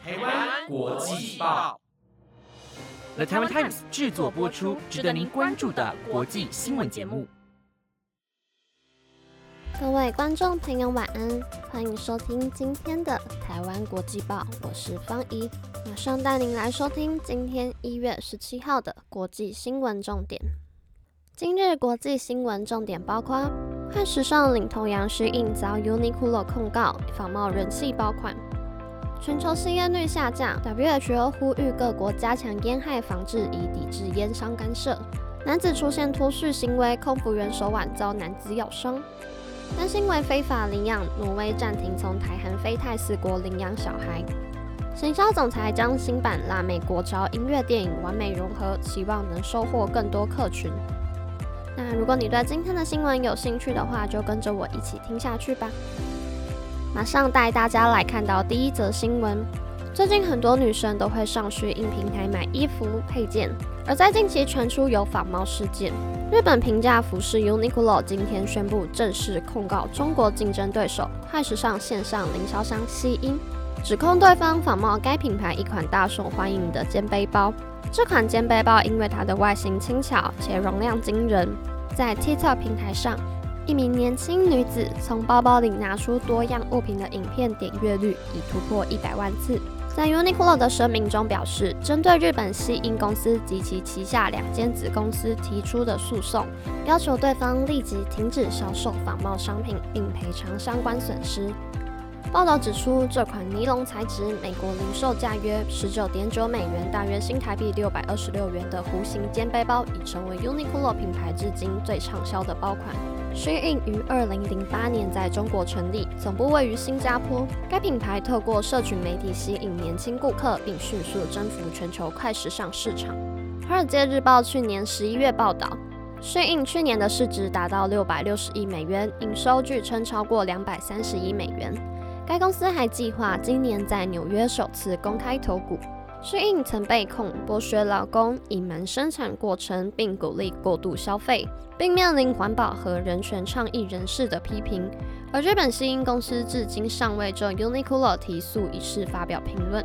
台湾国际报，The Taiwan Times 制作播出，值得您关注的国际新闻节目。 各位观众朋友晚安，欢迎收听今天的台湾国际报，我是方怡，马上带您来收听今天1月17号的国际新闻重点。今日国际新闻重点包括：快时尚领头羊SHEIN遭 Uniqlo 控告仿冒人气爆款；全球吸烟率下降 ，WHO 呼吁各国加强烟害防治，以抵制烟商干涉；男子出现脱序行为，空服员手腕遭男子咬伤；担心为非法领养，挪威暂停从台韩非泰4国领养小孩；行销总裁将新版拉美国潮音乐电影完美融合，期望能收获更多客群。那如果你对今天的新闻有兴趣的话，就跟着我一起听下去吧。马上带大家来看到第一则新闻。最近很多女生都会上SHEIN平台买衣服配件，而在近期传出有仿冒事件。日本平价服饰 Uniqlo 今天宣布正式控告中国竞争对手快时尚线上零销商SHEIN，指控对方仿冒该品牌一款大受欢迎的肩背包。这款肩背包因为它的外形轻巧且容量惊人，在 TikTok 平台上，一名年轻女子从包包里拿出多样物品的影片点阅率已突破100万次。在 Uniqlo 的声明中表示，针对日本SHEIN公司及其旗下2间子公司提出的诉讼，要求对方立即停止销售仿冒商品，并赔偿相关损失。报道指出，这款尼龙材质美国零售价约$19.9，大约新台币626元的弧形肩背包，已成为 Uniqlo 品牌至今最畅销的包款。SHEIN 于2008年在中国成立，总部位于新加坡。该品牌透过社群媒体吸引年轻顾客，并迅速征服全球快时尚市场。华尔街日报去年11月报道，SHEIN 去年的市值达到$660亿，营收据称超过$230亿。该公司还计划今年在纽约首次公开投股。SHEIN 曾被控剥削劳工、隐瞒生产过程，并鼓励过度消费，并面临环保和人权倡议人士的批评。而日本SHEIN公司至今尚未就 Uniqlo 提诉一事发表评论。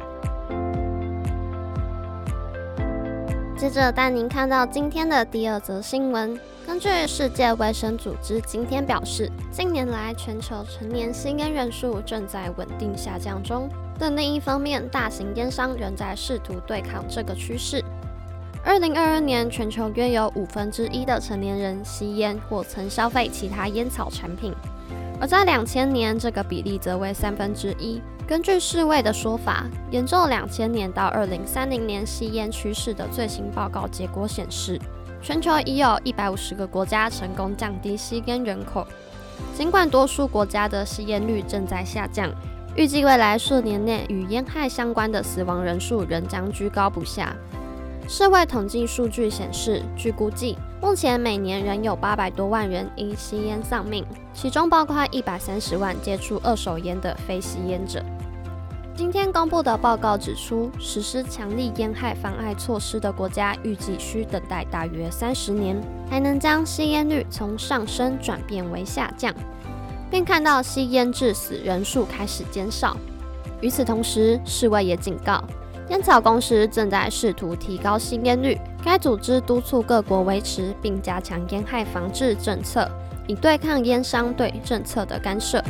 接着带您看到今天的第2则新闻。根据世界卫生组织今天表示，近年来全球成年吸烟人数正在稳定下降中，但另一方面，大型烟商仍在试图对抗这个趋势。2022年，全球约有1/5的成年人吸烟或曾消费其他烟草产品，而在2000年，这个比例则为1/3。根据世卫的说法，研究2000年到2030年吸烟趋势的最新报告结果显示，全球已有150个国家成功降低吸烟人口。尽管多数国家的吸烟率正在下降，预计未来数年内与烟害相关的死亡人数仍将居高不下。世卫统计数据显示，据估计，目前每年仍有800多万人因吸烟丧命，其中包括130万接触二手烟的非吸烟者。今天公布的报告指出，实施强力烟害妨碍措施的国家预计需等待大约30年，才能将吸烟率从上升转变为下降，并看到吸烟致死人数开始减少。与此同时，世卫也警告，烟草公司正在试图提高吸烟率。该组织督促各国维持并加强烟害防治政策，以对抗烟商对政策的干涉。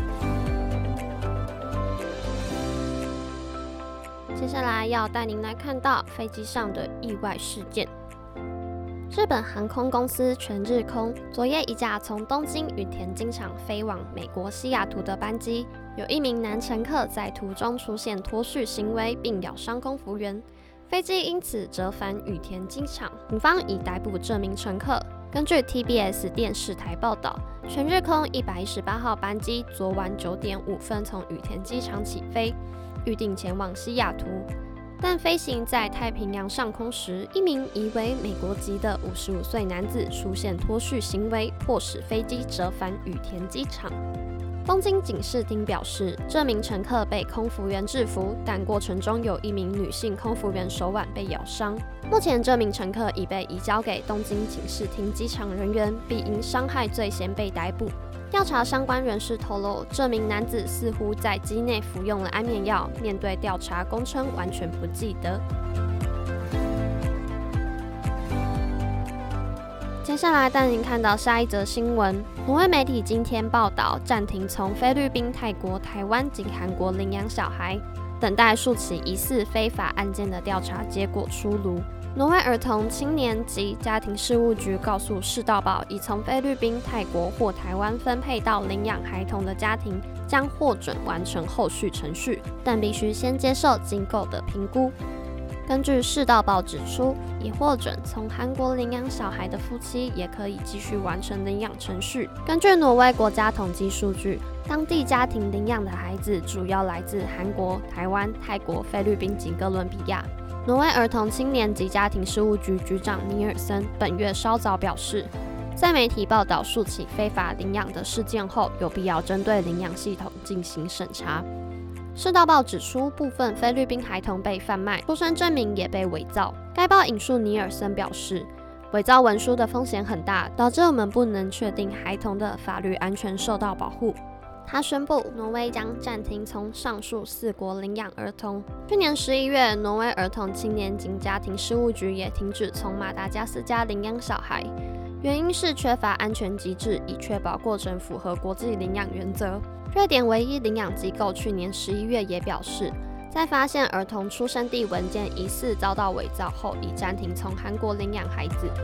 接下来要带您来看到飞机上的意外事件。日本航空公司全日空昨夜一架从东京羽田机场飞往美国西雅图的班机，有一名男乘客在途中出现脱序行为，并咬伤空服员，飞机因此折返羽田机场。警方已逮捕这名乘客。根据 TBS 电视台报道，全日空118号班机昨晚9点5分从羽田机场起飞，预定前往西雅图，但飞行在太平洋上空时，一名疑为美国籍的55岁男子出现脱序行为，迫使飞机折返羽田机场。东京警视厅表示，这名乘客被空服员制服，但过程中有一名女性空服员手腕被咬伤。目前，这名乘客已被移交给东京警视厅机场人员，并因伤害罪嫌被逮捕。 调查相关人士透露，这名男子似乎在机内服用了安眠药，面对调查供称完全不记得。接下来带您看到下一则新闻。挪威媒体今天报道，暂停从菲律宾、泰国、台湾及韩国领养小孩，等待数起疑似非法案件的调查结果出炉。挪威儿童、青年及家庭事务局告诉《世道报》，已从菲律宾、泰国或台湾分配到领养孩童的家庭将获准完成后续程序，但必须先接受机构的评估。根据《世道报》指出，已获准从韩国领养小孩的夫妻也可以继续完成领养程序。根据挪威国家统计数据，当地家庭领养的孩子主要来自韩国、台湾、泰国、菲律宾及哥伦比亚。挪威儿童、青年及家庭事务局局长尼尔森本月稍早表示，在媒体报道数起非法领养的事件后，有必要针对领养系统进行审查。《世道报》指出，部分菲律宾孩童被贩卖，出生证明也被伪造。该报引述尼尔森表示，伪造文书的风险很大，导致我们不能确定孩童的法律安全受到保护。他宣布，挪威将暂停从上述4国领养儿童。去年11月，挪威儿童、青年及家庭事务局也停止从马达加斯加领养小孩，原因是缺乏安全机制，以确保过程符合国际领养原则。瑞典唯一领养机构去年11月也表示，在发现儿童出生地文件疑似遭到伪造后，已暂停从韩国领养孩子。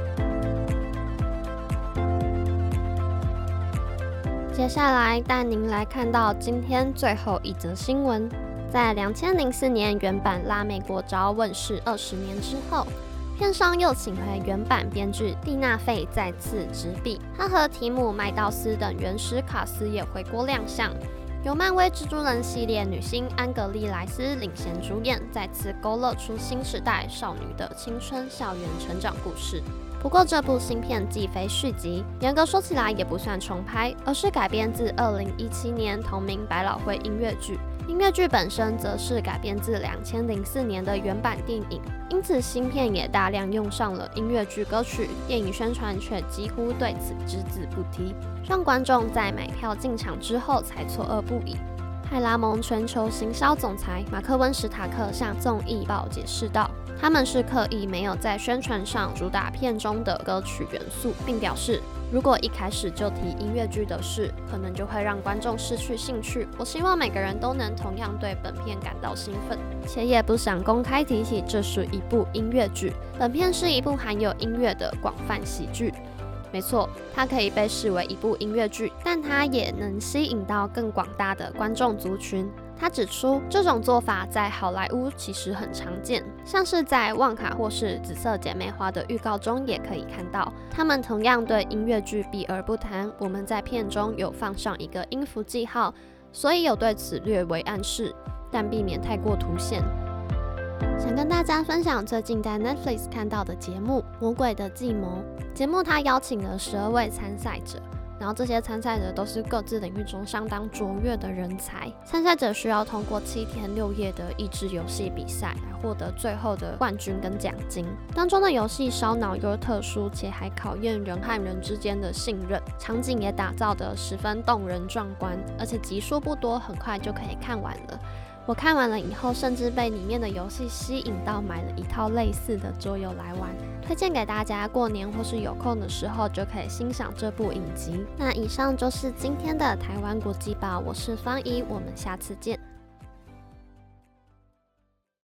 接下来带您来看到今天最后一则新闻。在2004年原版《拉美国招》问世20年之后，片商又请回原版编剧蒂娜费再次执笔，她和提姆麦道斯等原始卡司也回国亮相，由漫威蜘蛛人系列女星安格丽莱斯领衔主演，再次勾勒出新时代少女的青春校园成长故事。不过这部新片既非续集，严格说起来也不算重拍，而是改编自2017年同名百老汇音乐剧。音乐剧本身则是改编自2004年的原版电影，因此新片也大量用上了音乐剧歌曲，电影宣传却几乎对此只字不提，让观众在买票进场之后才错愕不已。派拉蒙全球行销总裁马克温史塔克向综艺报解释道，他们是刻意没有在宣传上主打片中的歌曲元素，并表示如果一开始就提音乐剧的事，可能就会让观众失去兴趣。我希望每个人都能同样对本片感到兴奋，且也不想公开提起这是一部音乐剧。本片是一部含有音乐的广泛喜剧。没错，它可以被视为一部音乐剧，但它也能吸引到更广大的观众族群。他指出，这种做法在好莱坞其实很常见，像是在《旺卡》或是《紫色姐妹花》的预告中也可以看到，他们同样对音乐剧避而不谈。我们在片中有放上一个音符记号，所以有对此略为暗示，但避免太过凸显。想跟大家分享最近在 Netflix 看到的节目《魔鬼的计谋》。节目它邀请了12位参赛者，然后这些参赛者都是各自领域中相当卓越的人才。参赛者需要通过7天6夜的益智游戏比赛来获得最后的冠军跟奖金。当中的游戏烧脑又特殊，且还考验人和人之间的信任，场景也打造得十分动人壮观，而且集数不多，很快就可以看完了。我看完了以后，甚至被里面的游戏吸引到买了一套类似的桌游来玩，推荐给大家，过年或是有空的时候就可以欣赏这部影集。那以上就是今天的台湾国际报，我是方怡，我们下次见。